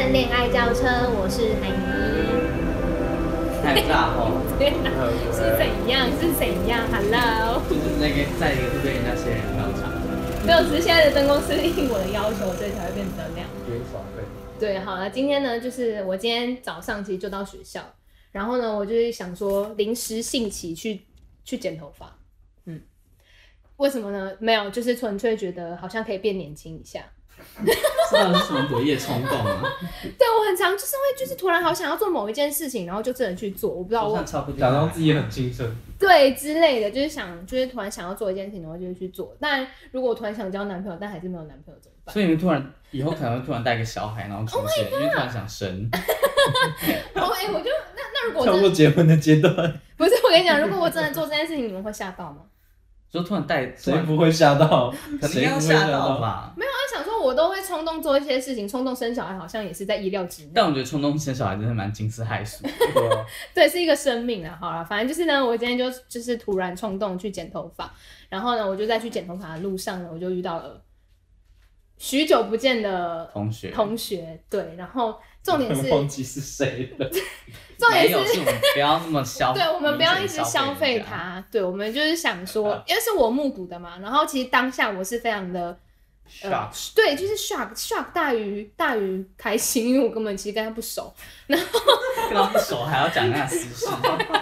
看恋爱轿车，我是海尼。 太炸吼！ 是怎样？是怎样 ？Hello， 就是那个在一个路边人家仙人跳场。 没有，只是现在的灯光是应我的要求，所以才会变比较亮。 边耍废。 对，好了，今天呢，就是我今天早上其实就到学校，然后呢，我就是想说临时兴起去剪头发。为什么呢？没有，就是纯粹觉得好像可以变年轻一下。 知道是什么鬼夜冲动吗？ 对，我很常就是会就是突然好想要做某一件事情，然后就真的去做，我不知道我假装自己很青春， 对之类的，就是突然想要做一件事情，然后就会去做。但如果我突然想交男朋友，但还是没有男朋友怎么办？ 所以你们以后可能会突然带个小孩，然后出现，因为突然想生。 我就那如果我跳过结婚的阶段， 不是我跟你讲，如果我真的做这件事情，你们会吓到吗？ 说突然带， 谁不会吓到？ 肯定要吓到吧？ 没有，我想说，我都会冲动做一些事情，冲动生小孩好像也是在意料之内。 但我觉得冲动生小孩真的蛮惊世骇俗。 对，是一个生命啊。好了，反正就是呢，我今天就是突然冲动去剪头发，然后呢，我就在去剪头发的路上呢，我就遇到了许久不见的同学，对，然后重点是忘记是谁了。 重点是我们不要那么对，我们不要一直消费它。对，我们就是想说，因为是我目睹的嘛，然后其实当下我是非常的 shock， 对，就是 shock 大于开心，因为我根本其实跟他不熟，然后跟他不熟还要讲那私事。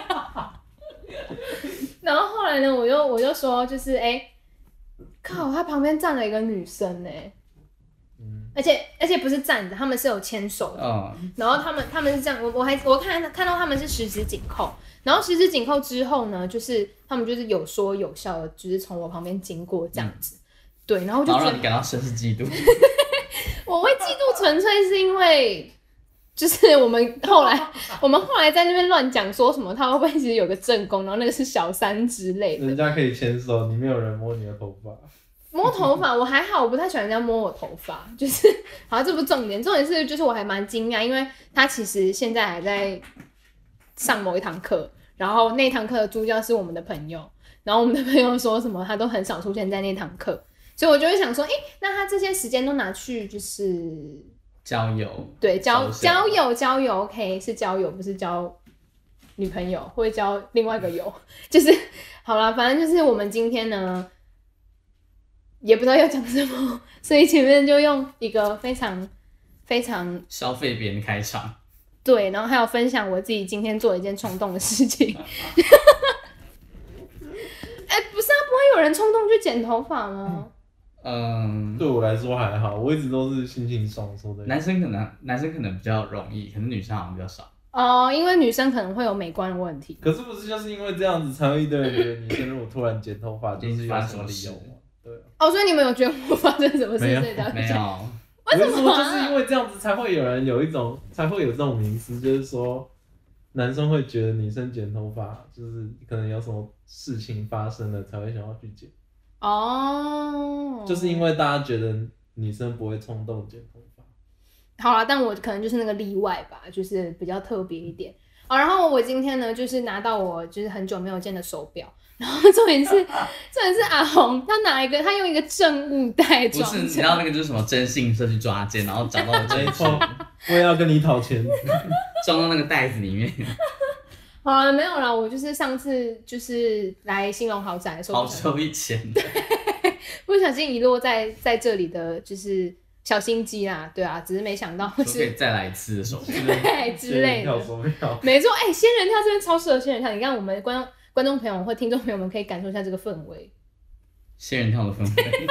然后后来呢，我就说，就是靠，他旁边站了一个女生而且不是站着，他们是有牵手的。然后他们是这样，我看到他们是十指紧扣，然后十指紧扣之后呢，就是他们就是有说有笑的，就是从我旁边经过这样子。对，然后就觉得让你感到深是嫉妒。 我会嫉妒，纯粹是因为就是我们后来在那边乱讲说什么，他会不会其实有个正宫，然后那个是小三之类的。 人家可以牵手，你没有人摸你的头发。 摸头发我还好，我不太喜欢人家摸我头发，就是好，这不是重点，重点是就是我还蛮惊讶，因为他其实现在还在上某一堂课，然后那堂课的助教是我们的朋友，然后我们的朋友说什么他都很少出现在那堂课，所以我就会想说，那他这些时间都拿去就是交友， 对，交友 OK 是交友，不是交女朋友，或者交另外一个友，就是好啦，反正就是我们今天呢。也不知道要讲什么，所以前面就用一个非常非常消费别人开场， 对，然后还有分享我自己今天做了一件冲动的事情。不是啊，不会有人冲动去剪头发吗？ 对我来说还好，我一直都是心情爽说的。 男生可能比较容易，可是女生好像比较少。 因为女生可能会有美观的问题。 可是不是就是因为这样子才会一堆人觉得女生如果突然剪头发，就是有什么理由吗？ 所以你们有觉得我发生什么事？ 没有。 为什么？ 就是因为这样子才会有人才会有这种迷思，就是说男生会觉得女生剪头发就是可能有什么事情发生了才会想要去剪。就是因为大家觉得女生不会冲动剪头发。 好啦，但我可能就是那个例外吧，就是比较特别一点。然后我今天呢，就是拿到我就是很久没有见的手表。然后重点是阿红，他用一个证物袋装。 不是，你知道那个就是什么征信社去抓奸，然后找到我这一撮， 我也要跟你讨钱， 装到那个袋子里面。 好了，没有啦，我就是上次就是来兴隆豪宅的时候， 好久以前， 不小心遗落在这里的就是小心机啦，对啊，只是没想到可以再来一次的手表之类的。 没错，仙人跳这边超适合仙人跳，你看我们观众朋友或听众朋友们可以感受一下这个氛围， 仙人跳的氛围。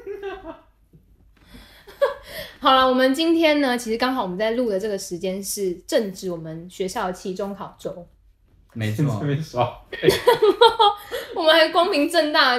好了，我们今天呢，其实刚好我们在录的这个时间是正值我们学校的期中考周， 没错。 我们还光明正大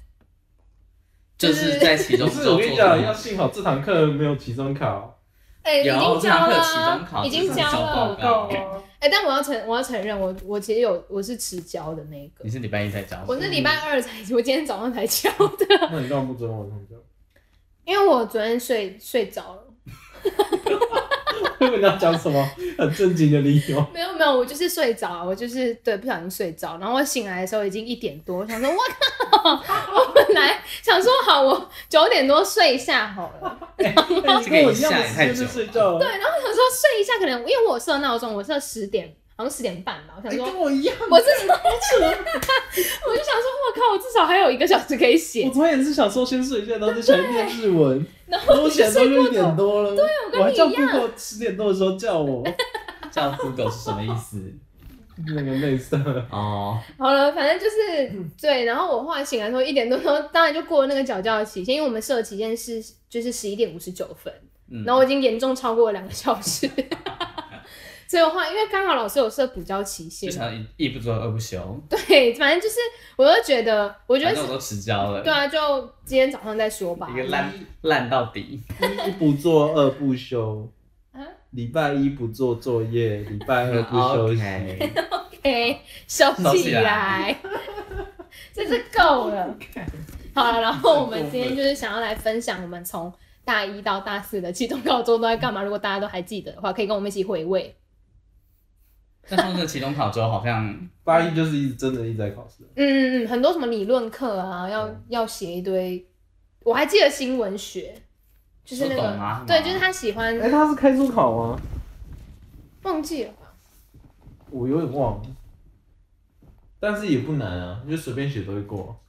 就是在期中考。 不是，我跟你讲，要幸好这堂课没有期中考。 已经交了， 已经交了。但我要承认，我其实我是迟交的那个。 你是礼拜一才交？ 我是礼拜二才，我今天早上才交的。 那你干嘛不昨天晚上交？ 因为我昨天睡着了。 我以为你要讲什么很正经的理由。 没有，我就是睡着，我就是不小心睡着，然后我醒来的时候已经1点多，我想说我靠，我本来想说好好我9点多睡一下好了。 跟我一样的时间就睡觉了。 对，然后我想说睡一下，可能因为我设闹钟，我设10点，好像10点半吧。我想说， 跟我一样， 我至少我就想说，我靠，我至少还有1个小时可以写。 我昨天也是想说先睡一下，然后就起来念日文， 然后我起来都1点多了。 对，我还叫跟你一样。 Google 10点多的时候叫我， 叫 Google 是什么意思？ 那个内色哦。 好了，反正就是对。然后我后来醒来的时候1点多，当然就过了那个缴交的期限，因为我们设的期限是就是11点59分，然后我已经严重超过了2个小时。所以我后来因为刚好老师有设补交期限， 就想一不做二不休。 对，反正就是我就觉得，我反正我都迟交了。 对啊，就今天早上再说吧。 一个烂到底。 一不做二不休，礼拜一不做作业，礼拜二不休息。 OK， 收起来，这是够了。好了，然后我们今天就是想要来分享我们从大1到大4的期中考周都在干嘛。如果大家都还记得的话，可以跟我们一起回味。 但上次期中考之后好像大1就是真的一直在考试。 很多什么理论课啊，要写一堆。我还记得新闻学，就是那个对，就是他喜欢。 他是开书考吗？ 忘记了吧？ 我有点忘了，但是也不难啊，就随便写都会过。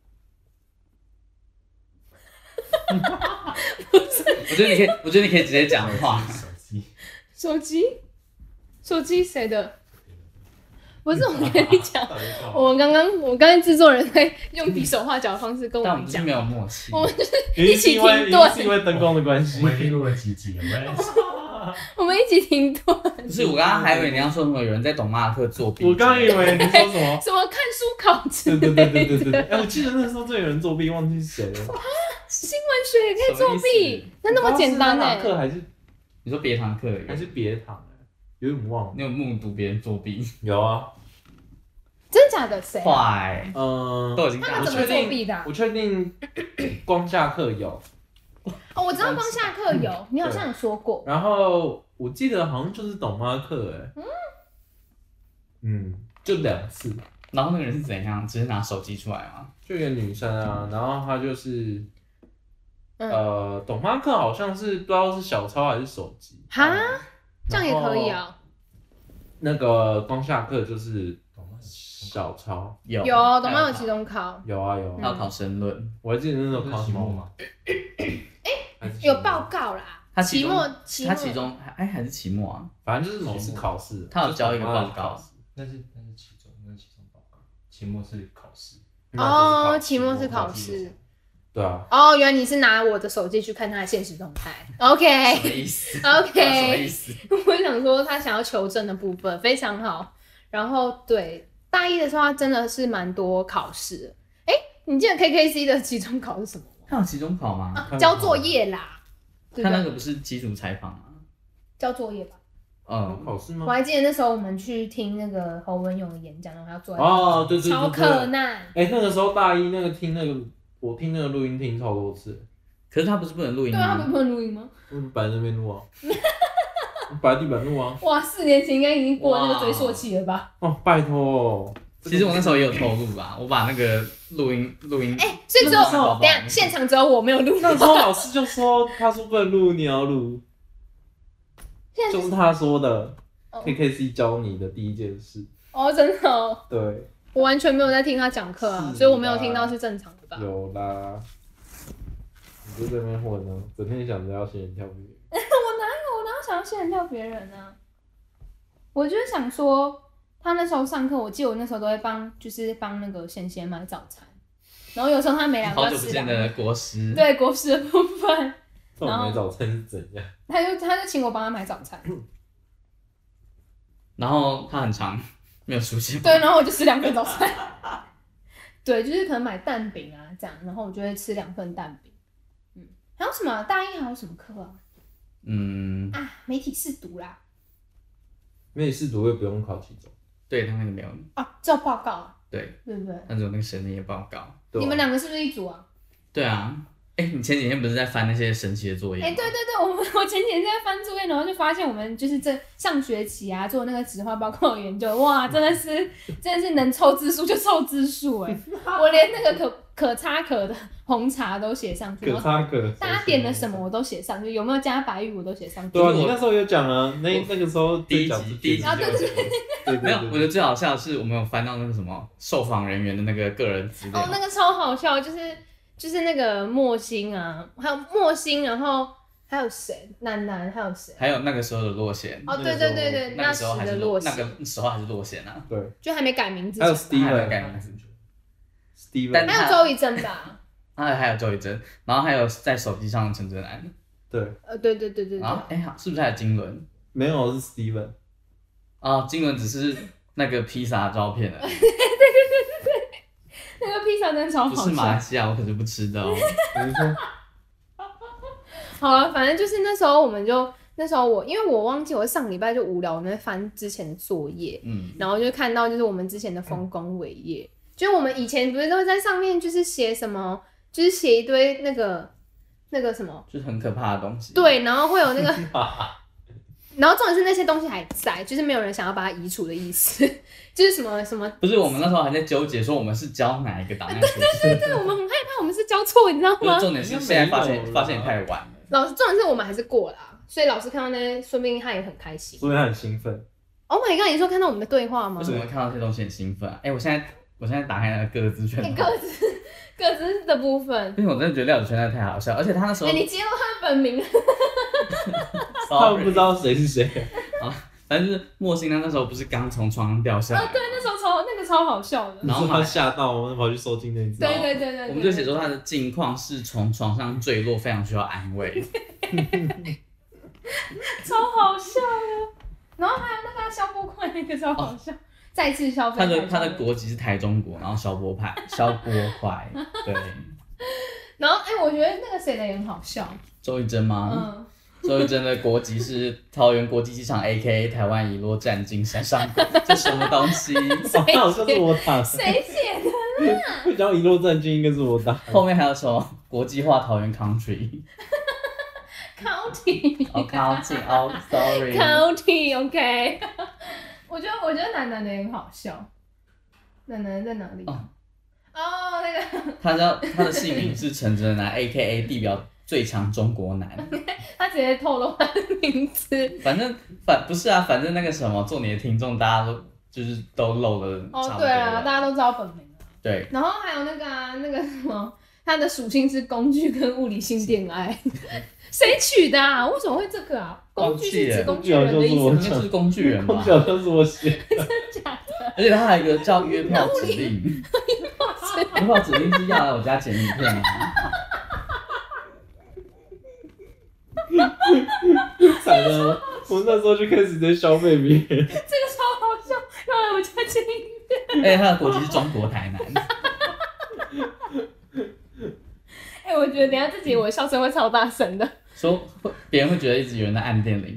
不是， 我觉得你可以直接讲话。 手机谁的？不是，我跟你讲，我刚才制作人在用比手画脚的方式跟我们讲， 但我们就是没有默契。 我们就是一起停顿， 是因为灯光的关系。 我们已经录了几集了， 我们一起停顿。 不是，我刚刚还以为你要说什么有人在懂骂课作弊。 我刚刚以为你说什么什么看书考之类的。 对，我记得那时候真有人作弊，忘记是谁了。 新闻学也可以作弊？那么简单欸？ 课还是你说别堂课还是别堂？有点忘了。 你有目睹别人作弊？ 有啊。 真假的？谁？ 坏。都已经他们怎么作弊的？ 我确定光下课有。 我知道光下课有，你好像有说过。 然后我记得好像就是懂妈课就2次。 然后那个人是怎样？只是拿手机出来吗？ 就一个女生啊，然后她就是懂妈课好像是不知道是小抄还是手机。 哈，这样也可以啊。 那个光下课就是小抄， 有懂妈有期中考， 有啊， 还有考申论， 我还记得那时候考什么吗？ 有报告啦。 他期末， 他期中还是期末啊， 反正就是某次考试， 他有交一个报告， 那是期中，那是期中报告，期末是考试。 哦，期末是考试。 对啊。 哦，原来你是拿我的手机去看他的现实动态。OK。 什么意思 ？OK。 什么意思？ 我想说他想要求证的部分非常好。然后对大1的时候，他真的是蛮多考试的。你记得 KKC 的期中考是什么？ 他有期中考吗？ 交作业啦。 他那个不是基础采访吗？ 交作业吧。 考试吗？ 我还记得那时候我们去听那个侯文勇的演讲，然后还要做对， 超困难。 那个时候大1我听那个录音听超多次。 可是他不是不能录音吗？ 对啊，他不能录音吗？ 我摆在那边录啊。摆地板录啊。 哇，4年前应该已经过那个追溯期了吧？ 拜托。 其实我那时候也有透露吧，我把那个录音， 所以只有等下现场只有我没有录。 那时候老师就说，他说不能录，你要录。就是他说的 ，KKC 教你的第一件事。 真的哦。 对。 我完全没有在听他讲课啊，所以我没有听到是正常的吧？ 有啦。你就在那边混呢，整天想着要仙人跳别人。 我哪有想要仙人跳别人啊？我就是想说。他那时候上课，我记得我那时候都会帮那个贤贤买早餐，然后有时候他每2个好久不见的国师， 对国师的部分， 然后买早餐是怎样？ 他就请我帮他买早餐， 然后他很长没有出现， 对，然后我就吃2份早餐，对，就是可能买蛋饼啊这样，然后我就会吃2份蛋饼，还有什么大1还有什么课啊？媒体试读啦， 媒体试读也不用考期中。 对，他那个没有只有报告啊。 对不对？ 他只有那个神的报告。 你们2个是不是一组啊？ 对啊。你前几天不是在翻那些神奇的作业吗？ 对，我前几天在翻作业，然后就发现我们就是上学期啊做那个质化报告的研究，哇，真的是能凑字数就凑字数我连那个可擦可的红茶都写上去， 可擦可， 大家点了什么我都写上去，有没有加白玉我都写上去。 对啊，你那时候有讲啊，那个时候第一集啊，对， 没有，我觉得最好笑的是我们有翻到那个什么受访人员的那个个人资料。 哦，那个超好笑，就是那个莫心啊，还有莫心，然后还有谁？楠还有谁？ 还有那个时候的洛贤。 哦，对， 那个时候还是洛贤， 那个时候还是洛贤啊。 对， 就还没改名字。 还有 Steven 改名字。 Steven， 还有周怡珍吧？ 还有周怡珍，然后还有在手机上的陈哲安。 对。 对。 然后是不是还有金轮？ 没有，是 Steven。 哦，金轮只是那个披萨照片而已。对， 那个披萨真的超好笑。 不是马来西亚，我可是不吃的哦。 好了，反正就是那时候因为我忘记我上礼拜就无聊，我在翻之前的作业，然后就看到就是我们之前的丰功伟业，就是我们以前不是都会在上面就是写什么，就是写一堆那个什么， 就是很可怕的东西。 对，然后会有那个，然后重点是那些东西还在，就是没有人想要把它移除的意思，就是什么。 不是，我们那时候还在纠结说我们是交哪一个档案。 对，我们很害怕我们是交错，你知道吗？ 重点是现在发现也太晚了。 重点是我们还是过了所以老师看到那些，说不定他也很开心， 说不定他很兴奋。 Oh my god！ 你说看到我们的对话吗？ 为什么会看到这些东西很兴奋啊？我现在打开那个个资圈， 个资的部分， 因为我真的觉得廖子轩真的太好笑，而且他那时候， 你揭露他的本名了， 他们不知道谁是谁啊。反正就是莫欣那时候不是刚从床上掉下来， 对，那时候超好笑的。 然后他吓到，我们跑去收金那只。 对， 我们就写说他的近况是从床上坠落，非常需要安慰。 超好笑的。然后还有那个消波块那个超好笑，再次消费。 他的国籍是台中国，然后消波块，对。 然后我觉得那个谁的也很好笑。 周怡珍吗？周怡珍的国籍是桃园国际机场 ，A.K.A 台湾遗落战金山上国，这什么东西？ 那好像是我打的。 谁写的啦？ 会讲遗落战金应该是我打的。 后面还有什么国际化桃园 County？ County，OK。我觉得楠的也很好笑。楠在哪里？那个。 他的姓名是陈哲男 ，A.K.A 地表最强中国男。 他直接透露他的名字。 反正那个什么，做你的听众，大家都漏了差不多。 对啊，大家都知道本名了。 对。 然后还有那个什么，他的属性是工具跟物理性恋爱。谁取的啊？为什么会这个啊？工具是指工具人的意思吗？ 应该是工具人吧？ 工具好像是我写的。 真的假的？ 而且他还有一个叫约炮指令。约炮指令是要来我家剪影片吗？ 惨了，我们那时候就开始在消费别人。这个超好笑，要来我家剪影片。 他的国籍是中国台南。 我觉得等一下自己我的笑声会超大声的， 说别人会觉得一直有人在按电铃。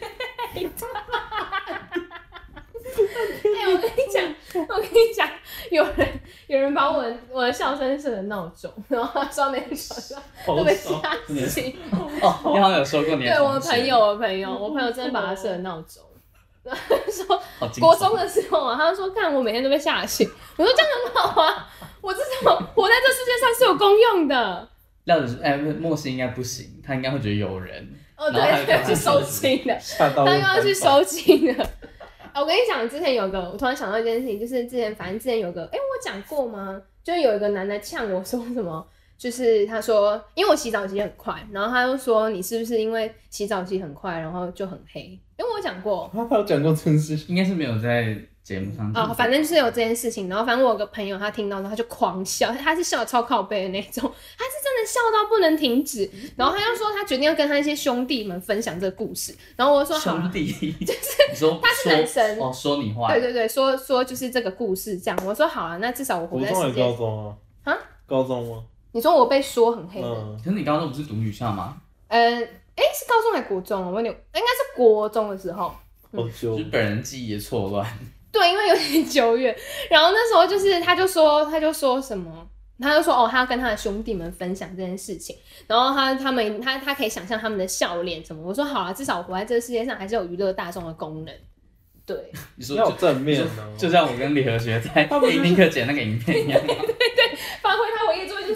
我跟你讲，有人把我的笑声设成闹钟，然后他说那个笑声特别吓醒。 你好像有说过你的对，我的朋友真的把它设成闹钟。说国中的时候他就说看我每天都被吓醒，我说这样很好啊，我至少活在这世界上是有功用的。 廖子莫欣应该不行，他应该会觉得有人。 对，去收金的，他又要去收金的。我跟你讲，之前我突然想到一件事情，就是反正之前有个，我讲过吗？就是有一个男的呛我说什么，就是他说，因为我洗澡洗很快，然后他就说你是不是因为洗澡洗很快，然后就很黑？因为我讲过， 他有讲过这件事情， 应该是没有在节目上。 反正就是有这件事情，然后反正我有个朋友他听到之后他就狂笑，他是笑得超靠背的那种，他是真的笑到不能停止，然后他就说他决定要跟他一些兄弟们分享这个故事，然后我就说好兄弟， 就是你说他是男生说你坏， 对，说就是这个故事这样，我说好了，那至少我活在世界。 高中啊？高中吗？ 你说我被说很黑的， 可是你高中不是读女校吗？ 是高中还是国中？我问你，应该是国中的时候。 就是本人记忆也错乱。 对，因为有点久远。然后那时候就是他就说什么，他就说他要跟他的兄弟们分享这件事情。然后他可以想象他们的笑脸什么。我说好了，至少我活在这个世界上还是有娱乐大众的功能。对， 你说要正面就像我跟李和学在音听课剪那个影片一样。 对，发挥他唯一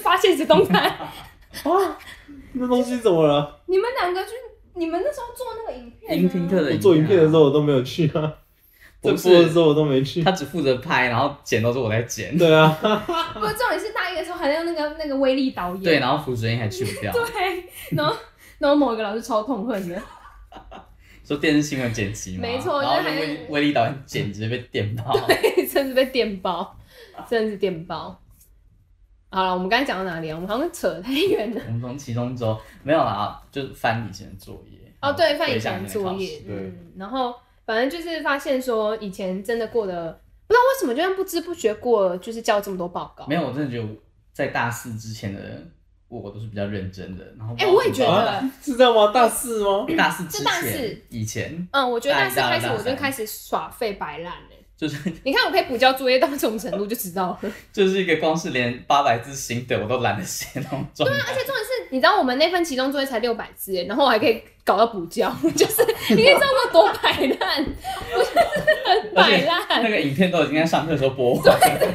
发现实动态。 啊，那东西怎么了？ 你们两个你们那时候做那个影片、 音听课的我做影片的时候我都没有去啊，在播的时候我都没去。 他只负责拍，然后剪都是我在剪。 对啊， 不是重点是大一的时候还在那个威力导演。 对，然后辅助音还去不掉。 对，然后某一个老师超痛恨的。 说电视新闻剪辑嘛， 没错， 然后威力导演直接被电爆。 对，真是被电爆，真的是电爆。好了，我们刚才讲到哪里啊？我们好像扯太远了。 我们从期中周没有啦，就是翻以前的作业。 哦，对，翻以前的作业，然后反正就是发现说以前真的过得不知道为什么，就像不知不觉过，就是交这么多报告。 没有，我真的觉得在大四之前的我都是比较认真的，然后我也觉得是这样吗？大四吗？ 大四之前， 是大四以前， 我觉得大四开始我就开始耍废摆烂了。 就是你看我可以补交作业到这种程度就知道了， 就是一个光是连800字心得我都懒得写那种状态。 对啊，而且重点是，你知道我们那份期中作业才600字，然后我还可以搞到补交，就是你可以知道我多摆烂，我就是很摆烂。 那个影片都已经在上课的时候播完了。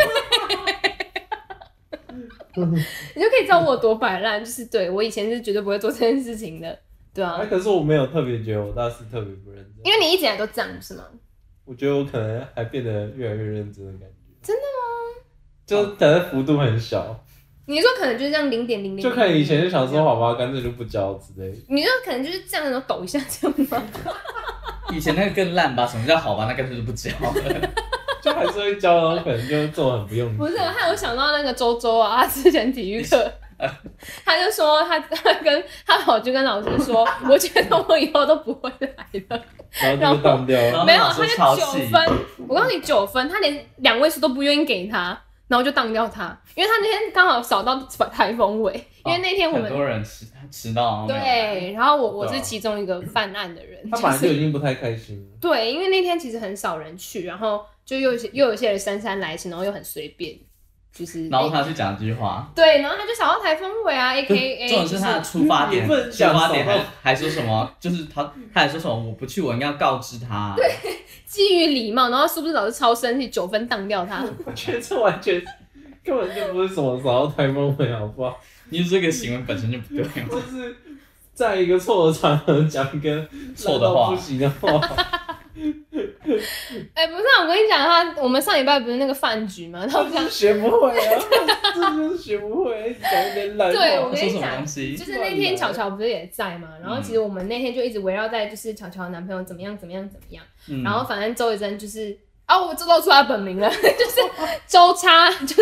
你就可以知道我有多摆烂，就是对我以前是绝对不会做这件事情的，对啊。 可是我没有特别觉得我大四特别不认真， 因为你一直以来都这样，是吗？ 我觉得我可能还变得越来越认真的感觉。 真的吗？ 就可能幅度很小。 你说可能就是这样0.00， 就可能以前就想说好吧，干脆就不交之类的。 你说可能就是这样，然后抖一下这样吗？ 以前那个更烂吧？什么叫好吧？那干脆就不交了。 就还是会交，然后可能就做很不用心。 不是，害我想到那个周啊，他之前体育课，他就说他跑去跟老师说，我觉得我以后都不会来了。 然后就当掉了。 没有，他就9分。我告诉你9分，他连2位数都不愿意给他，然后就当掉他，因为他那天刚好扫到台风尾，因为那天我们很多人迟到。 对，然后我是其中一个犯案的人。 他本来就已经不太开心了。 对，因为那天其实很少人去，然后就又有一些人姗姗来迟，然后又很随便。就是， 然后他去讲一句话， 对，然后他就扫到台风尾啊 ，AKA， 重点是他的出发点，还说什么，就是他还说什么我不去，我应该要告知他。 对，基于礼貌，然后是不是老师超生气，9分当掉他？ 我觉得这完全根本就不是什么扫到台风尾，好不好？ 你这个行为本身就不对， 就是在一个错的场合讲一个错的话， 不行的话。 不是啊，我跟你讲，我们上礼拜不是那个饭局吗？他就是学不会啊，这就是学不会，一直讲一点烂话。 对，我跟你讲， 就是那天巧巧不是也在嘛，然后其实我们那天就一直围绕在就是巧巧的男朋友怎么样，然后反正周一珍就是我知道出他本名了，就是周叉，就是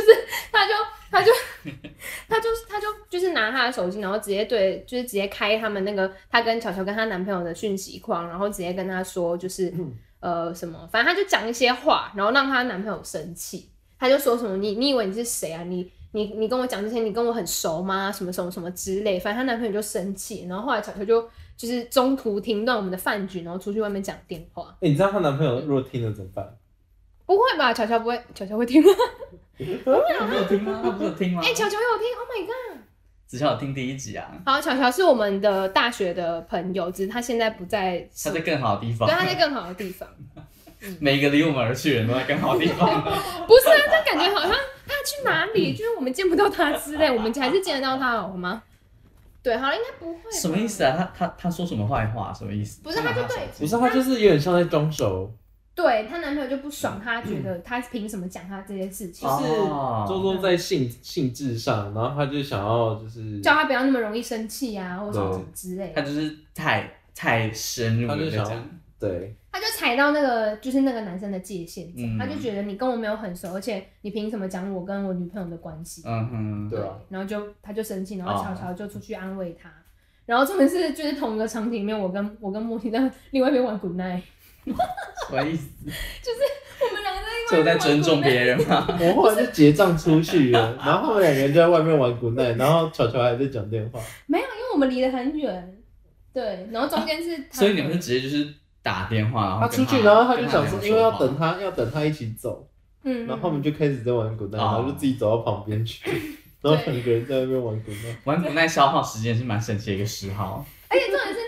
他就拿他的手机，然后直接开他们那个他跟巧巧跟她男朋友的讯息框，然后直接跟他说就是什么，反正他就讲一些话，然后让她男朋友生气。他就说什么你以为你是谁啊？你跟我讲这些，你跟我很熟吗？什么什么什么之类，反正她男朋友就生气，然后后来巧巧就是中途停断我们的饭局，然后出去外面讲电话。 你知道她男朋友如果听了怎么办？ 不会吧？巧巧不会，巧巧会听吗？ 不会啊，他没有听吗？他不是有听吗？ 巧巧有听 ，Oh my god！ 子乔有听第1集啊。 好，巧巧是我们的大学的朋友，只是他现在不在， 他在更好的地方。 对，他在更好的地方。 每一个离我们而去的人都在更好的地方。 不是啊，这感觉好像他去哪里，就是我们见不到他之类，我们还是见得到他，好吗？对，好了，应该不会。 什么意思啊？他说什么坏话？什么意思？ 不是，他就对， 不是他就是有点像在装熟。 对，她男朋友就不爽，他觉得他凭什么讲他这些事情？ 就是周周在性质上，然后他就想要就是叫他不要那么容易生气啊，或者什么之类的。 他就是太深入了在讲， 对， 他就踩到那个就是那个男生的界限，他就觉得你跟我没有很熟，而且你凭什么讲我跟我女朋友的关系？ 对啊， 然后他就生气，然后巧巧就出去安慰他。然后重点是就是同一个场景里面，我跟莫婷在另外一边玩 Good Night。 什么意思？ 就是我们两个在另外一边玩 Good Night。 就在尊重别人吗？ 我后来就结账出去了，然后他们两个人就在外面玩 Good Night，然后巧巧还在讲电话。 没有，因为我们离得很远，对，然后中间是所以你们是直接就是打电话，然后他出去，然后他就想说，因为要等他一起走，然后他们就开始在玩 Good Night，然后就自己走到旁边去，然后两个人在那边玩 Good Night。 玩 Good Night 消耗时间是蛮神奇的一个嗜好。 而且重点是那时候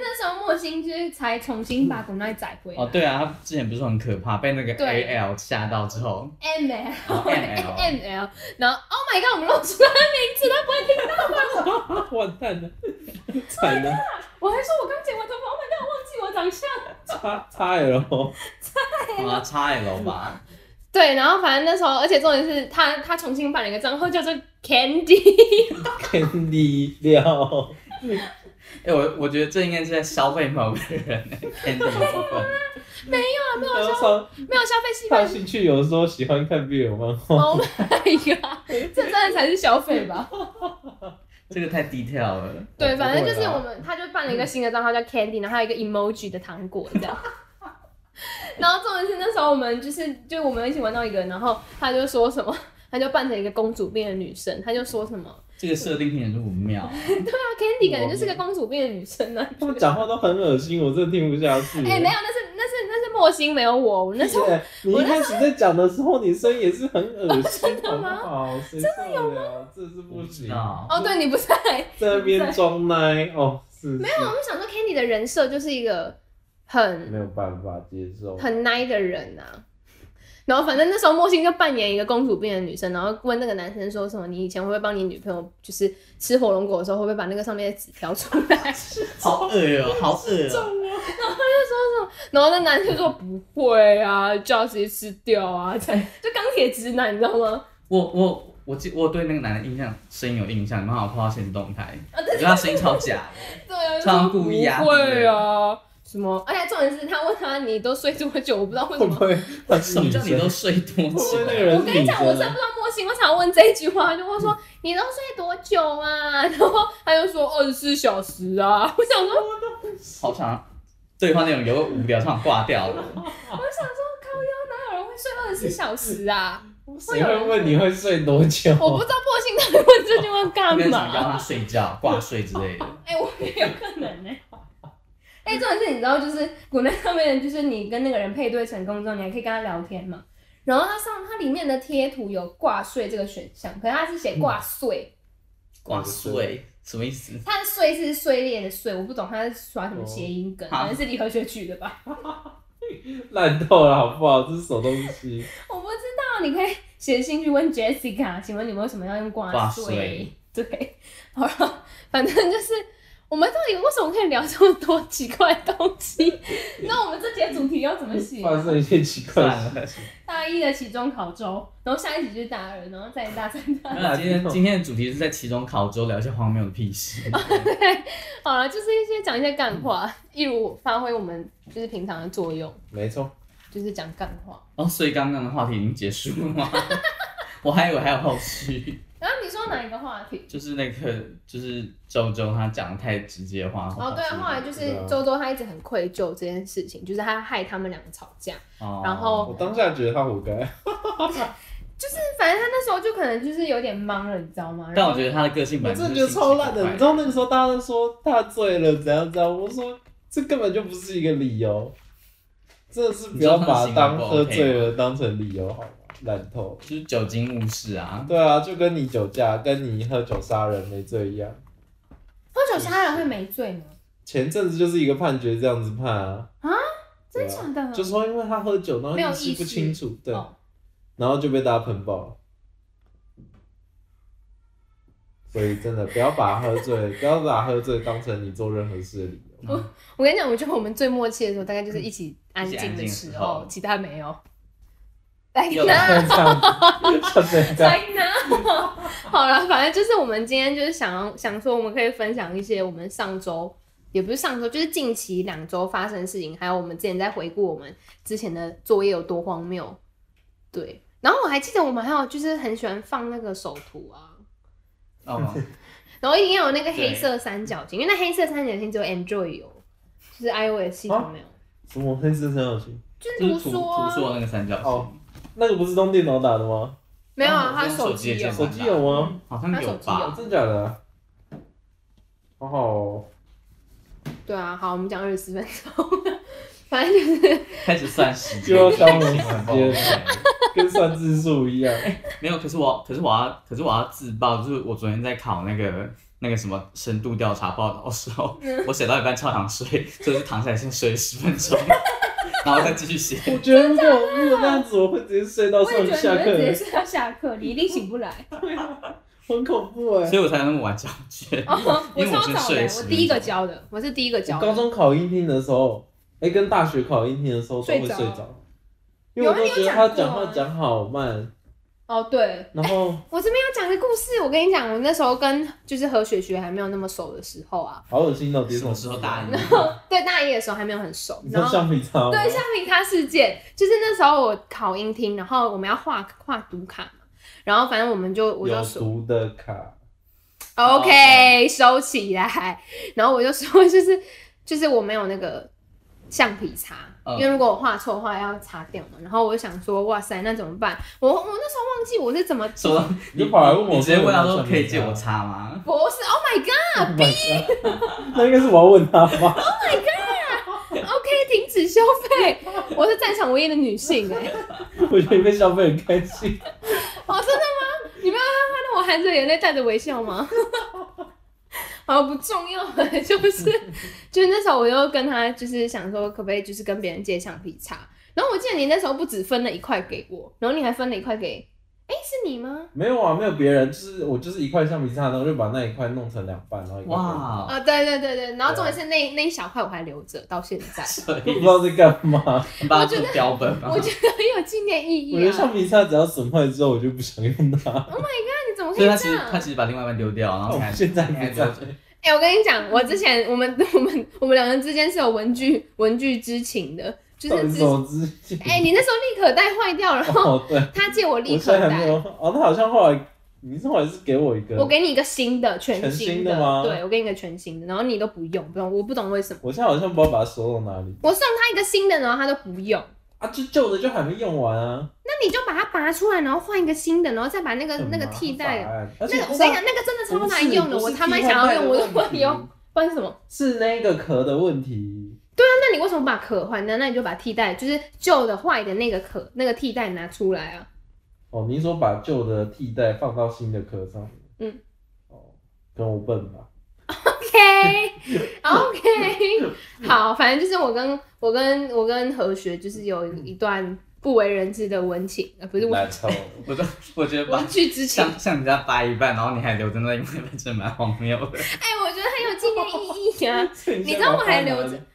莫星就是才重新把古奈载回来。 哦，对啊，他之前不是很可怕，被那个 AL 吓到之后 ML， 然后 Oh my god， 我们露出他的名字，他不会听到吧？完蛋了，惨了！ 我还说我刚剪完头发 ，Oh my god， 忘记我长相。 XL 吧。 对，然后反正那时候，而且重点是他重新办了一个账号，叫做 Candy 料。 我觉得这应该是在消费某个人Candy 的部分。 没有消费细分。 他兴趣有时候喜欢看 BL 漫画。 Oh my god， 这真的才是消费吧？ 这个太 detail 了。 对，反正就是他就办了一个新的账号叫 Candy， 然后还有一个 emoji 的糖果这样。然后重点是那时候我们就我们一起玩到一个，然后他就说什么，他就扮成一个公主病的女生，他就说什么， 这个设定听起来就不妙。 对啊 ，Candy 感觉就是个公主病的女生啊。 他们讲话都很恶心，我真的听不下去。 没有，那是莫星，没有我那时候。 你一开始在讲的时候，你声音也是很恶心，真的吗？真的有吗？这是不行。 哦，对你不在那边装奶哦，是。 没有，我们想说 Candy 的人设就是一个没有办法接受， 很奶的人啊。然后反正那时候莫星就扮演一个公主病的女生，然后问那个男生说什么：“你以前会不会帮你女朋友就是吃火龙果的时候，会不会把那个上面的纸挑出来？” 好恶哦，好恶哦。 然后他就说什么，然后那男生说不会啊，叫他直接吃掉啊，就钢铁直男，你知道吗？ 我对那个男的声音有印象，你们好像抛到现实动态，我觉得他声音超假的， 对啊， 超故意啊， 不会啊。什么？而且重点是他问他你都睡多久，我不知道为什么。 什么叫你都睡多久？ 我跟你讲，我真的不知道莫星为啥问这一句话，他就问说你都睡多久啊？然后他就说24小时啊。我想说， 好长，对话内容有个无聊，想挂掉了。 我想说，靠腰哪有人会睡24小时啊？ 谁会问你会睡多久？ 我不知道莫星到底问这句话干嘛？ 要他睡觉、挂睡之类的。 我觉得有可能呢。重点是你知道，就是古奈上面，就是你跟那个人配对成功之后，你还可以跟他聊天嘛。然后它里面的贴图有挂睡这个选项，可是它是写挂碎。 挂碎什么意思？ 它的碎是碎裂的碎，我不懂它是耍什么谐音梗，可能是李和学取的吧。 烂透了好不好？这是什么东西？ 我不知道，你可以写信去问 Jessica， 请问你们为什么要用挂碎？对，好了，反正就是。我们到底为什么可以聊这么多奇怪的东西？那我们这节主题要怎么写？ 发生一些奇怪的事情。 大一的期中考周，然后下一集就是大二，然后再大三、大四。 今天的主题是在期中考周聊一些荒谬的屁事。 对，好了，就是讲一些干话，一如发挥我们就是平常的作用。 没错， 就是讲干话。 哦，所以刚刚的话题已经结束了吗？我还以为还有后续。 然后你说哪一个话题？ 就是那个，就是周周他讲的太直接的话。 哦，对啊，后来就是周周他一直很愧疚这件事情，就是他害他们两个吵架。然后我当下觉得他活该。 就是反正他那时候就可能就是有点懵了，你知道吗？ 但我觉得他的个性本身我真的觉得超烂的。你知道那个时候大家都说他醉了怎样怎样，我说这根本就不是一个理由，真的是不要把当喝醉了当成理由好吗？烂透， 就是酒精误事啊。 对啊，就跟你酒驾、跟你喝酒杀人没罪一样。 喝酒杀人会没罪吗？ 前阵子就是一个判决这样子判啊。 啊？真假的？ 就说因为他喝酒，然后意识不清楚，对，然后就被大家喷爆了。所以真的不要把喝醉当成你做任何事的理由。 我跟你讲，我觉得我们最默契的时候，大概就是一起安静的时候，其他没有。Like now，好了，反正就是我们今天就是想说，我们可以分享一些我们上周，也不是上周，就是近期2周发生的事情，还有我们之前在回顾我们之前的作业有多荒谬。对，然后我还记得我们还有就是很喜欢放那个手图啊，然后一定要有那个黑色三角形，因为那黑色三角形只有 Android 有，就是 iOS 系统没有。 什么黑色三角形？ 就是图说的那个三角形。 那个不是用电脑打的吗？ 没有啊，他手机有。 手机有吗？ 好像有吧？ 真假的？好好哦。 对啊，好，我们讲24分钟，反正就是开始算时间， 就要消磨时间，跟算字数一样。 没有，可是我要自爆，就是我昨天在考那个那个什么深度调查报道的时候，我写到一半超想睡，所以就躺下来先睡10分钟，然后再继续写。 我觉得如果那样子，我会直接睡到上下课。 我也觉得你会直接睡到下课，你一定醒不来。 对啊，很恐怖哎。 所以我才能那么晚交卷。 我超早的，我第一个交的，我是第一个交的。 高中考英听的时候，跟大学考英听的时候都会睡着，因为我都觉得他讲话讲好慢。 哦，对， 然后我这边有讲个故事，我跟你讲，我那时候跟就是何雪雪还没有那么熟的时候啊， 好恶心哦！ 什么时候大一？ 对，大一的时候还没有很熟。 你说橡皮擦吗？ 对，橡皮擦事件，就是那时候我考英听，然后我们要画读卡嘛，然后反正我就有读的卡 ，OK， 收起来，然后我就说就是我没有那个橡皮擦。因为如果我画错的话要擦掉嘛，然后我就想说，哇塞，那怎么办？我那时候忘记我是怎么说， 你就跑来问我， 你直接问他说可以借我擦吗？ 不是 ，Oh my God， 那应该是我要问他吧 ？Oh my God，OK， 停止消费，我是在场唯一的女性我觉得你被消费很开心。 哦，真的吗？你没有看到我含着眼泪带着微笑吗？好不重要的，就是那时候我就跟他就是想说，可不可以就是跟别人借橡皮擦？然后我记得你那时候不只分了1块给我，然后你还分了1块给，是你吗？ 没有啊，没有别人，我就是1块橡皮擦，然后就把那1块弄成2半，然后1块。 哇！ 啊，对，然后重点是那一小块我还留着到现在， 不知道在干嘛。 把它做标本吗？ 我觉得很有纪念意义啊。 我觉得橡皮擦只要损坏之后，我就不想用它。 Oh my god， 你怎么可所以以这样？ 他其实把另外一半丢掉，然后现在不在。 我跟你讲，我之前我们2人之间是有文具之情的，就是什么之情？ 你那时候立可带坏掉，然后他借我立可带。 那好像后来你后来是给我一个， 我给你一个新的全新的吗？ 对，我给你一个全新的，然后你都不用，我不懂为什么。 我现在好像不知道把它收到哪里。 我送他一个新的，然后他都不用。 啊，就旧的就还没用完啊。 那你就把它拔出来，然后换一个新的，然后再把那个替代的。我跟你讲，那个真的超难用的，我他妈想要用我都不会用。不然是什么？ 是那个壳的问题。 对啊，那你为什么把壳换掉？那你就把替代，就是旧的坏的那个壳那个替代拿出来啊。 哦，你说把旧的替代放到新的壳上面。跟我笨吧。 OK， 好，反正就是我跟何学就是有一段不为人知的温情，不是温情， 我觉得文具之情， 像你家掰一半，然后你还留着那一半，真蛮荒谬的。 我觉得很有纪念意义啊！你知道我还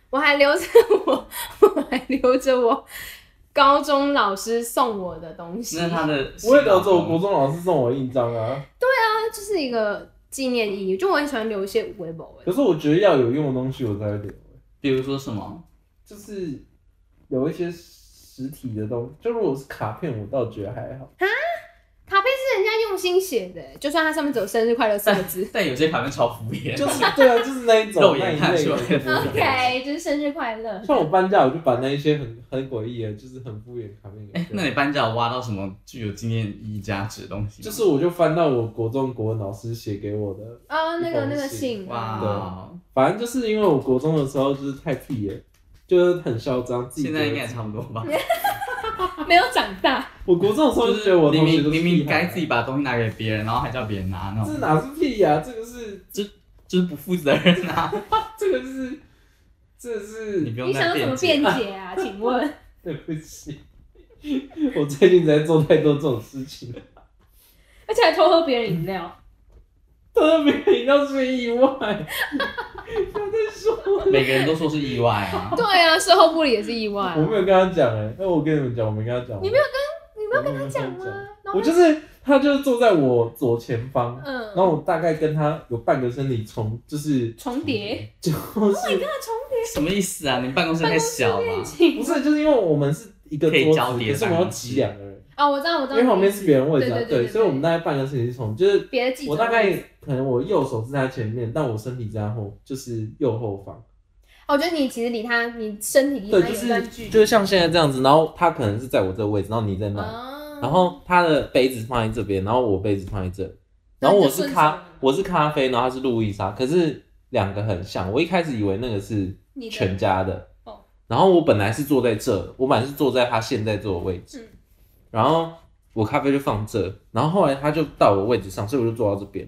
留着我高中老师送我的东西。 那他的我也留着我国中老师送我的印章啊。 对啊，就是一个纪念意义，就我很喜欢留一些微博。 可是我觉得要有用的东西我才会留。 比如说什么？ 就是有一些实体的东西，就如果是卡片，我倒觉得还好。 卡片是人家用心写的，就算它上面只有生日快乐4个字， 但有些卡片超敷衍。 就是对啊，就是那一种肉眼看出来的。 OK， 就是生日快乐。 像我搬家，我就把那一些很诡异的，就是很敷衍的卡片给。 那你搬家有挖到什么具有纪念意义价值的东西？ 就是我就翻到我国中国文老师写给我的那个信。 哇， 对，反正就是因为我国中的时候就是太屁了，就是很嚣张。 现在应该也差不多吧。 没有长大。 我国中的时候就觉得我同学明明该自己把东西拿给别人，然后还叫别人拿那种。 这哪是屁呀？这个是就是不负责任啊！ 这是你想要怎么辩解啊？请问？ 对不起，我最近在做太多这种事情， 而且还偷喝别人饮料。 偷喝别人饮料是意外。不要再说了。 每个人都说是意外啊。 对啊，事后不理也是意外。 我没有跟他讲我跟你们讲，我没跟他讲。 你没有跟他讲吗？ 我他就是坐在我左前方，然后我大概跟他有半个身体就是重叠， 就是 Oh my god， 重叠什么意思啊？你办公室太小吗？ 不是，就是因为我们是一个桌子，可是我们要挤2个人。 我知道， 因为旁边是别人位置啊， 对， 所以我们大概半个身体是重，就是别的记者。 我大概可能我右手是在前面，但我身体在就是右后方。 我觉得你其实离他，你身体离他有一段距离， 就是像现在这样子，然后他可能是在我这个位置，然后你在那，然后他的杯子放在这边，然后我杯子放在这，然后我是咖啡，然后他是路易莎，可是2个很像，我一开始以为那个是全家的，然后我本来是坐在这，我本来是坐在他现在坐的位置，然后我咖啡就放这，然后后来他就到我位置上，所以我就坐到这边，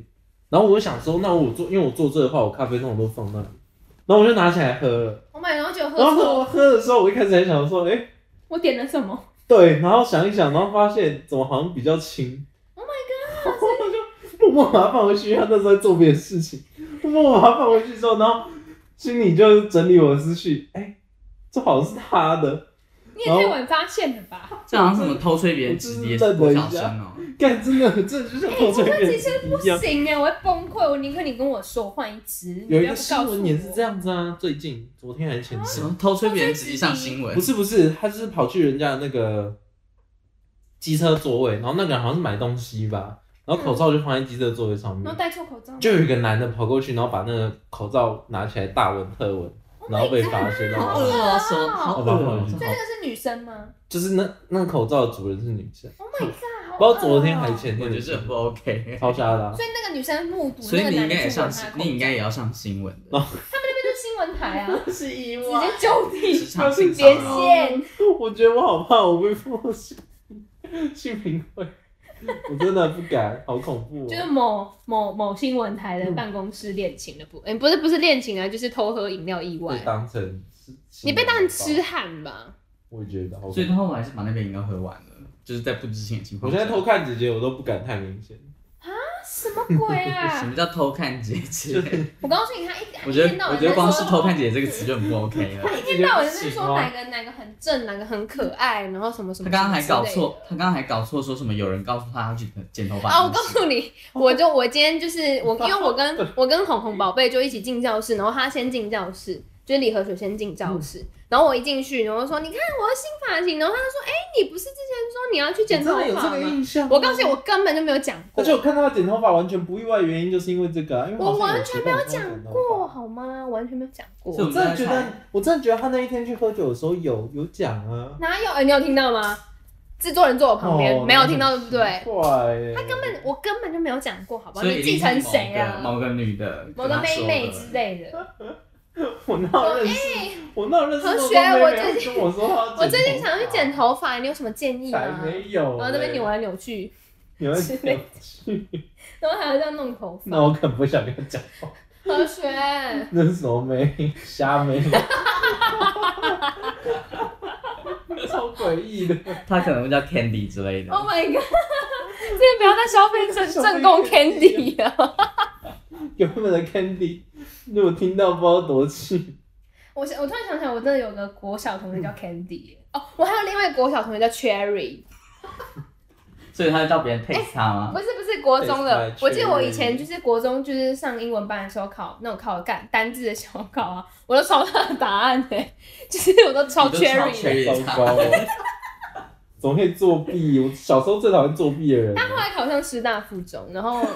然后我就想说，那因为我做这的话，我咖啡通常都放那里，然后我就拿起来喝了。 然后就喝。 然后喝的时候，我一开始还想说， 我点了什么？ 对，然后想一想，然后发现怎么好像比较轻。 Oh my god！ 我就默默把它放回去，他那时候在做别的事情，默默把它放回去之后，然后心里就整理我的思绪，这好像是他的。 你也太晚发现了吧？ 这好像什么偷吹别人纸碟多小声哦！ 干，真的就像偷吹别人纸一样。 不行我会崩溃。我宁可你跟我说换一支。 有一个新闻也是这样子啊，最近昨天还是前天。 什么偷吹别人纸上新闻？ 不是，他就是跑去人家的那个机车座位，然后那个人好像是买东西吧，然后口罩就放在机车座位上面， 然后戴错口罩， 就有一个男的跑过去，然后把那个口罩拿起来大闻特闻。然后被发现， 好恶哦，好恶哦！ 所以那个是女生吗？ 就是那个口罩的主人是女生。 Oh my god！ 不知道昨天还前天， 我觉得这很不 OK， 超瞎的。 所以那个女生目睹， 所以你应该也上，你应该也要上新闻的。 他们那边就是新闻台啊， 是意外， 直接就地连线。 我觉得我好怕我被封性平会。我真的不敢，好恐怖就是某新闻台的办公室恋情的不是恋情啊，就是偷喝饮料意外。 被当成你被当成痴汉吧？ 我也觉得好。 所以他后来是把那杯饮料喝完了，就是在不知情的情况下。 我现在偷看姐姐，我都不敢太明显。 什么鬼啊？ 什么叫偷看姐姐？ 我告诉你，他我觉得光是偷看姐姐这个词就很不 OK 了。 他一天到晚在说哪个很正，哪个很可爱，然后什么什么。 他刚刚还搞错，说什么有人告诉他要去剪头发。 啊！我告诉你，我今天就是因为我跟红红宝贝就一起进教室，然后他先进教室，就是李和雪先进教室，然后我一进去，然后说你看我的新发型，然后他说你不是之前说你要去剪头发吗？ 有这个印象。 我告诉你，我根本就没有讲过。 而且我看他剪头发完全不意外，原因就是因为这个因为我完全没有讲过，好吗？完全没有讲过。 我真的觉得他那一天去喝酒的时候有讲啊。 哪有？你有听到吗？制作人坐我旁边，没有听到对不对？我根本就没有讲过，好不好？你继承谁啊？ 某个女的， 某个妹妹之类的。 我哪有认识？我哪有认识？ 何雪，我最近想要去剪头发，你有什么建议吗？ 才没有。 然后那边扭来扭去， 然后还要这样弄头发。 那我可能不想跟他讲话。 何雪， 那是什么妹？瞎妹。超诡异的。 他可能叫 Candy 之类的。 Oh my god！ 真的不要再消费正宫 Candy 了。 原本的 Candy， 如果听到不知道多气。 我突然想起来，我真的有个国小同学叫 Candy 我还有另外一个国小同学叫 Cherry。 所以他叫别人 text 他吗？ 不是国中的，我记得我以前就是国中就是上英文班的时候考那种考单字的小考啊，我都抄他的答案就是我都抄 Cherry 的。糟糕怎么可以作弊？我小时候最讨厌作弊的人。 他后来考上师大附中，然后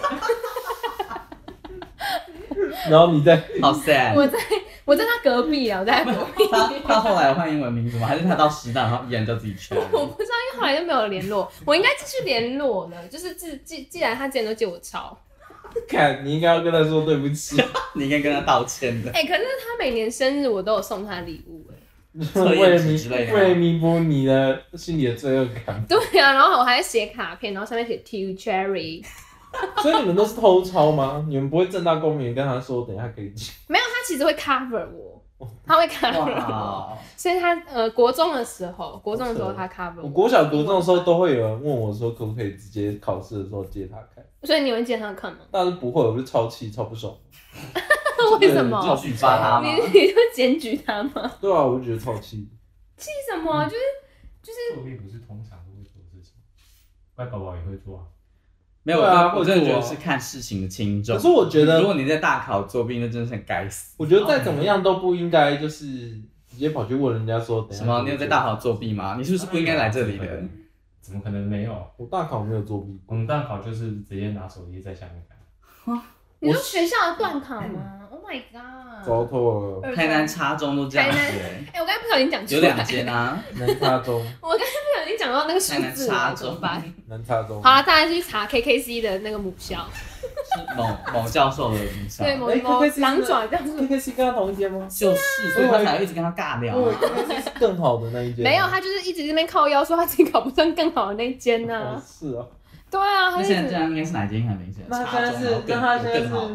你在好 sad。 我在他隔壁啊，我在他隔壁。 他后来换英文名字吗？还是他到师大然后依然叫自己圈？ 我不知道，因为后来就没有联络。我应该继续联络的，就是既然他之前都借我抄。 看，你应该要跟他说对不起。 你应该跟他道歉的。 可是他每年生日我都有送他礼物为了弥补你的心里的罪恶感。 对啊，然后我还写卡片，然后上面写 To Cherry。 所以你们都是偷抄吗？你们不会正大光明跟他说等一下可以讲？ 没有，他其实会 cover 我，他会 cover 我。所以他国中的时候他 cover 我。 我国小国中的时候都会有人问我说可不可以直接考试的时候借他看。 所以你会借他看吗？ 但是不会，我就超气超不爽。 为什么？ 就举发他吗？ 你会检举他吗？ 对啊，我就觉得超气。 气什么？就是作弊不是通常都会做的事情，乖宝宝也会做啊。 没有我真的觉得是看事情的轻重。 可是我觉得， 如果你在大考作弊，那真的是很该死。 我觉得再怎么样都不应该就是直接跑去问人家说，等一下什么？你有在大考作弊吗？你是不是不应该来这里的？ 怎么可能没有？ 我大考没有作弊， 我们大考就是直接拿手机在下面看。 你说学校的段考吗 ？Oh my god！ 糟透了。 台南插中都这样子我刚才不小心讲出来。 有2间啊。 南插中。 我刚才不小心讲到那个数字了，怎么办？ 南插中。 好了，大家去查 KKC 的那个母校。 是某教授的母校。 对，某狼爪教授。 KKC 跟他同一间吗？ 就是，所以他才一直跟他尬聊。 KKC 是更好的那一间。 没有，他就是一直在那边靠腰说他自己考不上更好的那一间呢。 是啊。 对啊， 那现在这样应该是哪间很明显？ 那现在是更好的。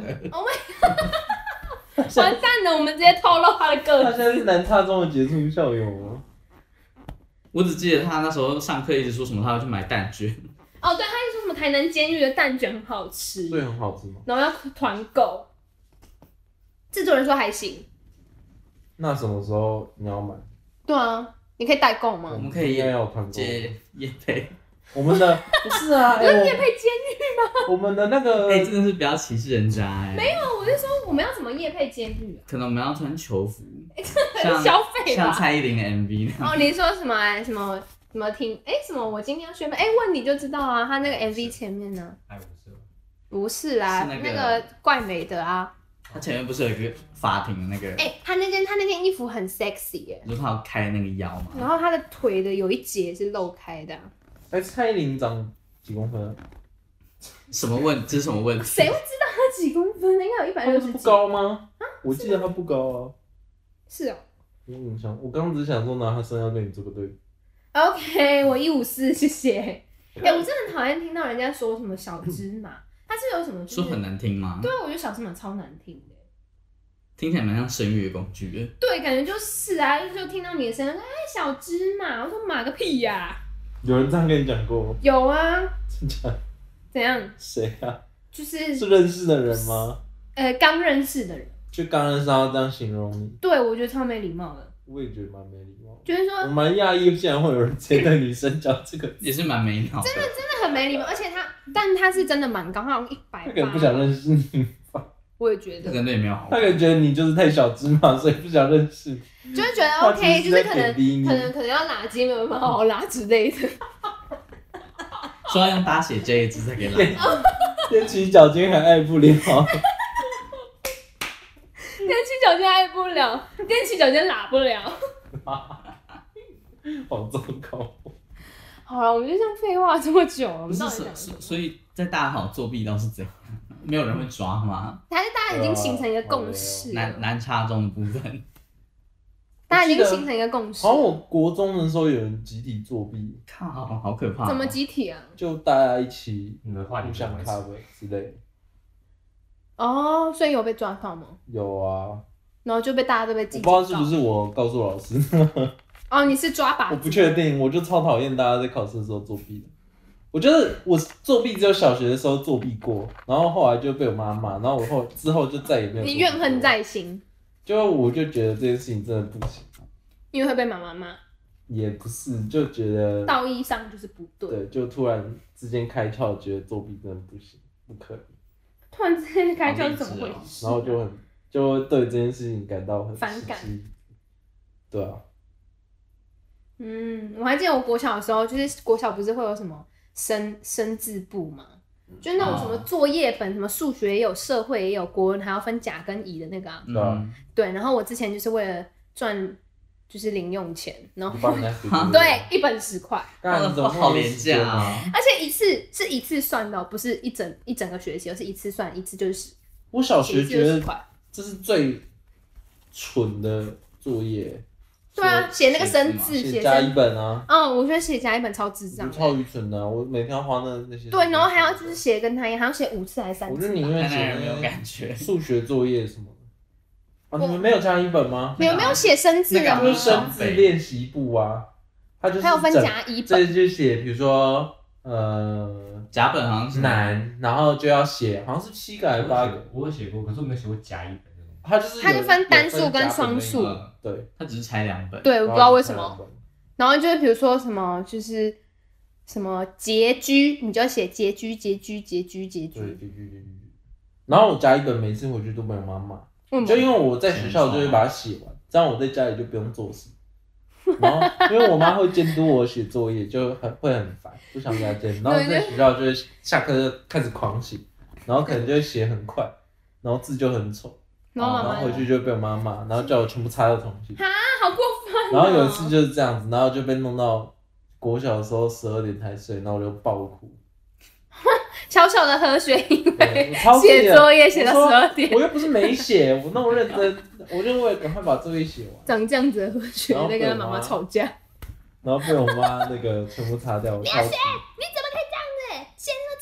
完蛋了，我们直接透露他的个他现在是南差中的杰出校友吗？ 我只记得他那时候上课一直说什么，他要去买蛋卷。 哦，对，他一直说什么台南监狱的蛋卷很好吃， 对，很好吃吗？ 然后要团购，制作人说还行。 那什么时候你要买？ 对啊，你可以代购吗？ 我们可以应该要团购接业配。 我们的不是啊， 你要业配监狱吗？ 我们的那个真的是不要歧视人家没有，我是说我们要怎么业配监狱啊？ 可能我们要穿囚服， 很消费吧？ 像蔡依林的 MV 那样。 哦，你说什么什么听？什么我今天要宣布？问你就知道啊，他那个 MV 前面呢？不是啦， 是那个怪美的啊。 他前面不是有一个法庭的那个？ 他那件衣服很 sexy 耶。 你说他要开那个腰嘛？ 然后他的腿的有一节是露开的。 蔡依林长几公分啊？ 什么问？这是什么问题？ 谁会知道他几公分？应该有160几。 不高吗？我记得他不高啊。 是哦。 有印象，我刚刚只是想说拿他身高跟你做个对比。 OK， 我154，谢谢。我真的很讨厌听到人家说什么小芝麻，他是有什么、 说很难听吗？ 对啊，我觉得小芝麻超难听的。 听起来蛮像声乐工具的。 对，感觉就是啊，就听到你的声音说小芝麻，我说麻个屁呀！ 有人这样跟你讲过？ 有啊。 真假？ 怎样？ 谁啊？ 是认识的人吗？ 刚认识的人。 就刚认识他这样形容你？ 对，我觉得超没礼貌的。 我也觉得蛮没礼貌。 就是说， 我蛮讶异，竟然会有人直接对女生讲这个， 也是蛮没礼貌的。 真的很没礼貌，而且但他是真的蛮高，他好像180。 他可能不想认识你吧？ 我也觉得。 他可能对你没有好。 他可能觉得你就是太小芝麻，所以不想认识。 就是觉得 OK， 就是可能要拉筋没有办法好好拉之类的。 说要用大写 J 字才可以拉。 踮起脚尖还爱不了。踮起脚尖爱不了，踮起脚尖拉不了。 好糟糕。 好了，我们就这样废话这么久了， 不是，所以在大考作弊倒是怎样？没有人会抓吗？ 还是大家已经形成一个共识？ 难插中的部分， 大家已经形成一个共识。 好像我国中的时候有人集体作弊， 靠，好可怕！ 怎么集体啊？ 就大家一起互相 cover 之类的。 哦，所以有被抓到吗？ 有啊。 然后就被大家都被记。 我不知道是不是我告诉老师。 哦，你是抓把子？ 我不确定，我就超讨厌大家在考试的时候作弊的。我觉得我作弊只有小学的时候作弊过，然后后来就被我妈骂，然后我之后就再也没有。 你怨恨在心。 我就觉得这件事情真的不行。 因为会被妈妈骂。也不是，就觉得道义上就是不对。 对，就突然之间开窍，觉得作弊真的不行，不可以。 突然之间开窍是怎么回事？ 然后就对这件事情感到很反感。 对啊。 我还记得我国小的时候，就是国小不是会有什么生字簿嘛，就是那种什么作业本，什么数学也有，社会也有，国文还要分甲跟乙的那个啊。对，然后我之前就是为了赚就是零用钱，然后对1本10块， 好廉价啊！ 而且是一次算的，不是一整个学期，而是一次算，一次就是。 我小学觉得这是最蠢的作业。 对啊，写那个生字， 写甲乙本啊。 我觉得写甲乙本超智障， 超愚蠢的啊！我每天要花那些。 对，然后还要就是写跟他一样，还要写5次还是3次。 我觉得宁愿写没有感觉。 数学作业什么的。你们没有甲乙本吗？ 你们没有写生字啊？ 就是生字练习簿啊，它就是还有分甲乙本。 这就写，比如说甲本好像是难，然后就要写，好像是7个还是8个。 我有写过，可是我没有写过甲乙本。 它就分单数跟双数， 对， 它只是拆2本。 对，我不知道为什么。然后就是比如说什么，就是什么拮据，你就要写拮据。对，拮据。然后我甲乙本每次回去都被我妈骂，就因为我在学校就会把它写完，这样我在家里就不用做事。然后因为我妈会监督我写作业，就会很烦，不想给她监督。然后在学校就会下课就开始狂写，然后可能就会写很快，然后字就很丑。然后回去就被我妈骂，然后叫我全部擦掉重写。 哈，好过分！ 然后有一次就是这样子，然后就被弄到国小的时候12点才睡，然后我就爆哭。 小小的和学因为写作业写到12点， 我又不是没写，我那么认真，我就为了赶快把作业写完。 长这样子的和学在跟他妈妈吵架， 然后被我妈那个全部擦掉。 你要写，你怎么可以这样子？写那么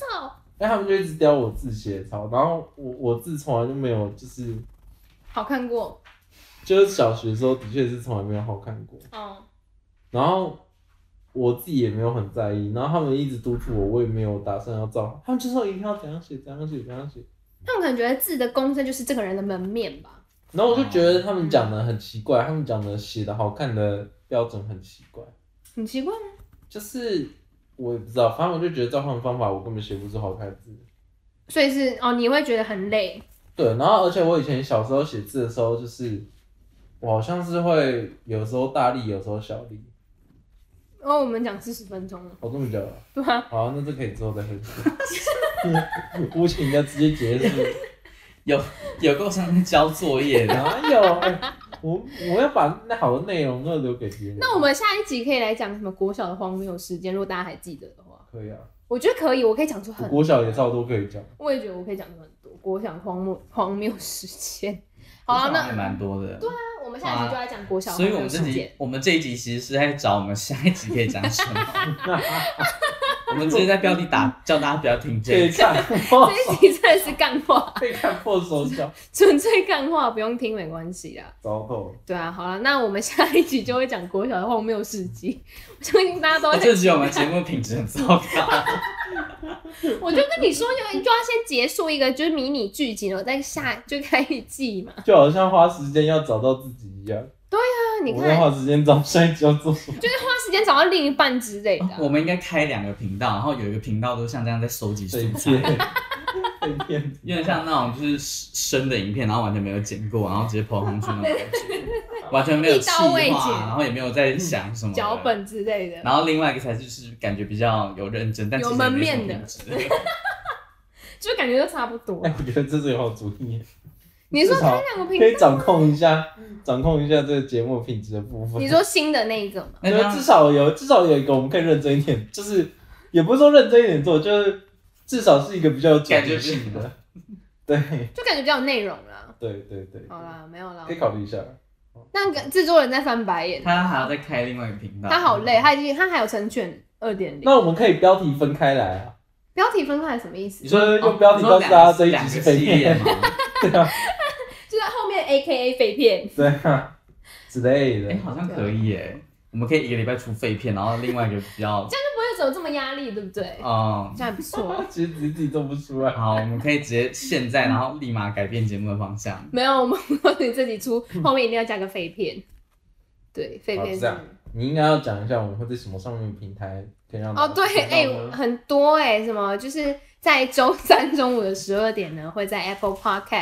但他们就一直刁我字写超，然后我字从来就没有就是好看过， 就是小学的时候的确是从来没有好看过。然后我自己也没有很在意，然后他们一直督促我，我也没有打算要照，他们就说一定要怎样写怎样写怎样写。 他们可能觉得字的公正就是这个人的门面吧。 然后我就觉得他们讲的很奇怪，他们讲的写的好看的标准很奇怪。 很奇怪吗？ 就是我也不知道，反正我就觉得照他们方法，我根本写不出好看的字。 所以是你会觉得很累。 对，然后而且我以前小时候写字的时候，就是我好像是会有时候大力，有时候小力。 我们讲40分钟了。 这么久了。 对啊。 好，那这可以之后再分享。无情的直接结束。 有够像在交作业的。 哪有？我要把那好的内容都留给别人。 那我们下一集可以来讲什么国小的荒谬事件，如果大家还记得的话。 可以啊。 我觉得可以，我可以讲出很多。 国小也差不多可以讲。 我也觉得我可以讲出很多国小荒谬事件。好啊，那也蛮多的。 对啊，我们下一集就来讲国小荒谬事件。 所以我们这一集其实是在找我们下一集可以讲什么。我们直接在标题叫大家不要听这一集。 这一集真的是干话， 被看破手脚， 纯粹干话，不用听没关系啦。 糟透。 对啊，好了，那我们下一集就会讲国小的荒谬事迹。我相信大家都会。 这集我们节目品质很糟糕。 我就跟你说，就要先结束一个就是迷你剧集，然后再就开一季嘛。 就好像花时间要找到自己一样。 对啊，你看。 我要花时间找下一集要做什么？ 就是花时间找到另一半之类的。 我们应该开2个频道，然后有一个频道都像这样在收集素材。有点像那种就是生的影片，然后完全没有剪过，然后直接抛上去那种感觉，完全没有企划，然后也没有在想什么脚本之类的。 然后另外一个才是感觉比较有认真，但有门面的，就感觉都差不多。 我觉得这是有好主意。 你说开2个频道可以掌控一下这个节目品质的部分。 你说新的那一个吗？ 至少有一个我们可以认真一点，就是也不是说认真一点做，就是至少是一个比较有主题性的，对， 就感觉比较有内容啦。 对。 好啦，没有啦， 可以考虑一下。 那个制作人在翻白眼， 他还要再开另外一个频道， 他好累，他还有成全2.0。 那我们可以标题分开来啊。 标题分开来什么意思？ 你说用标题告诉大家这一集是废片吗？对啊。 就是后面 AKA 废片， 对啊，之类的。 好像可以耶。我们可以1个礼拜出废片，然后另外一个比较， 这样就不会有这么压力，对不对？这样还不错。 其实自己做不出来。 好，我们可以直接现在，然后立马改变节目的方向。 没有，我们告诉你自己出，后面一定要加个废片。对，废片是这样。 你应该要讲一下我们会在什么上面平台可以让对，很多什么就是在周3中午的12点呢，会在 Apple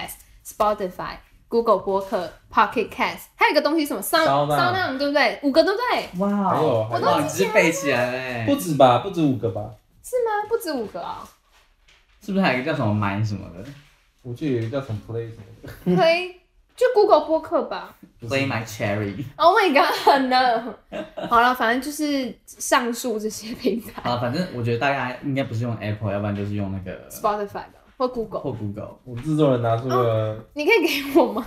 Podcast、Spotify、Google 播客、Pocket Cast， 还有一个东西什么 Sound， 对不对？5个对不对？ 哇， 我都直接背起来了。 不止吧，不止5个吧？ 是吗？不止5个啊？ 是不是还有一个叫什么麦什么的？ 我记得有一个叫什么 Play 什么的。 Play 就 Google 播客吧。 Play my cherry。Oh my god， no！ 好了，反正就是上述这些平台。 好，反正我觉得大家应该不是用 Apple， 要不然就是用那个 Spotify 吧，或 Google。 我们制作人拿出了， 你可以给我吗？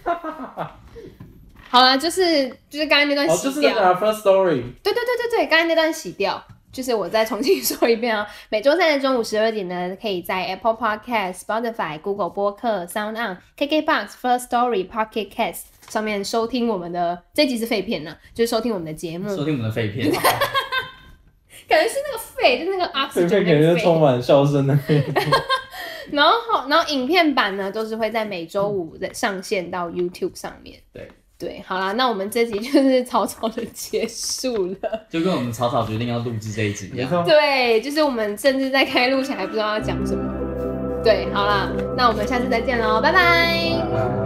好了，就是刚才那段洗掉。 就是那个 First Story。 对，刚才那段洗掉。就是我再重新说一遍啊，每周3的中午12点呢，可以在 Apple Podcast、Spotify、Google 播客、Sound On、KKBox、First Story、Pocket Cast 上面收听我们的这集是废片呢，就是收听我们的节目， 收听我们的废片， 感觉是那个废，就是那个 oxygen 废片，感觉充满笑声的。 然后影片版呢，都是会在每周5上线到 YouTube 上面。对，好啦，那我们这集就是草草的结束了，就跟我们草草决定要录制这一集一样。 对，就是我们甚至在开录前还不知道要讲什么。对，好啦，那我们下次再见喽，拜拜。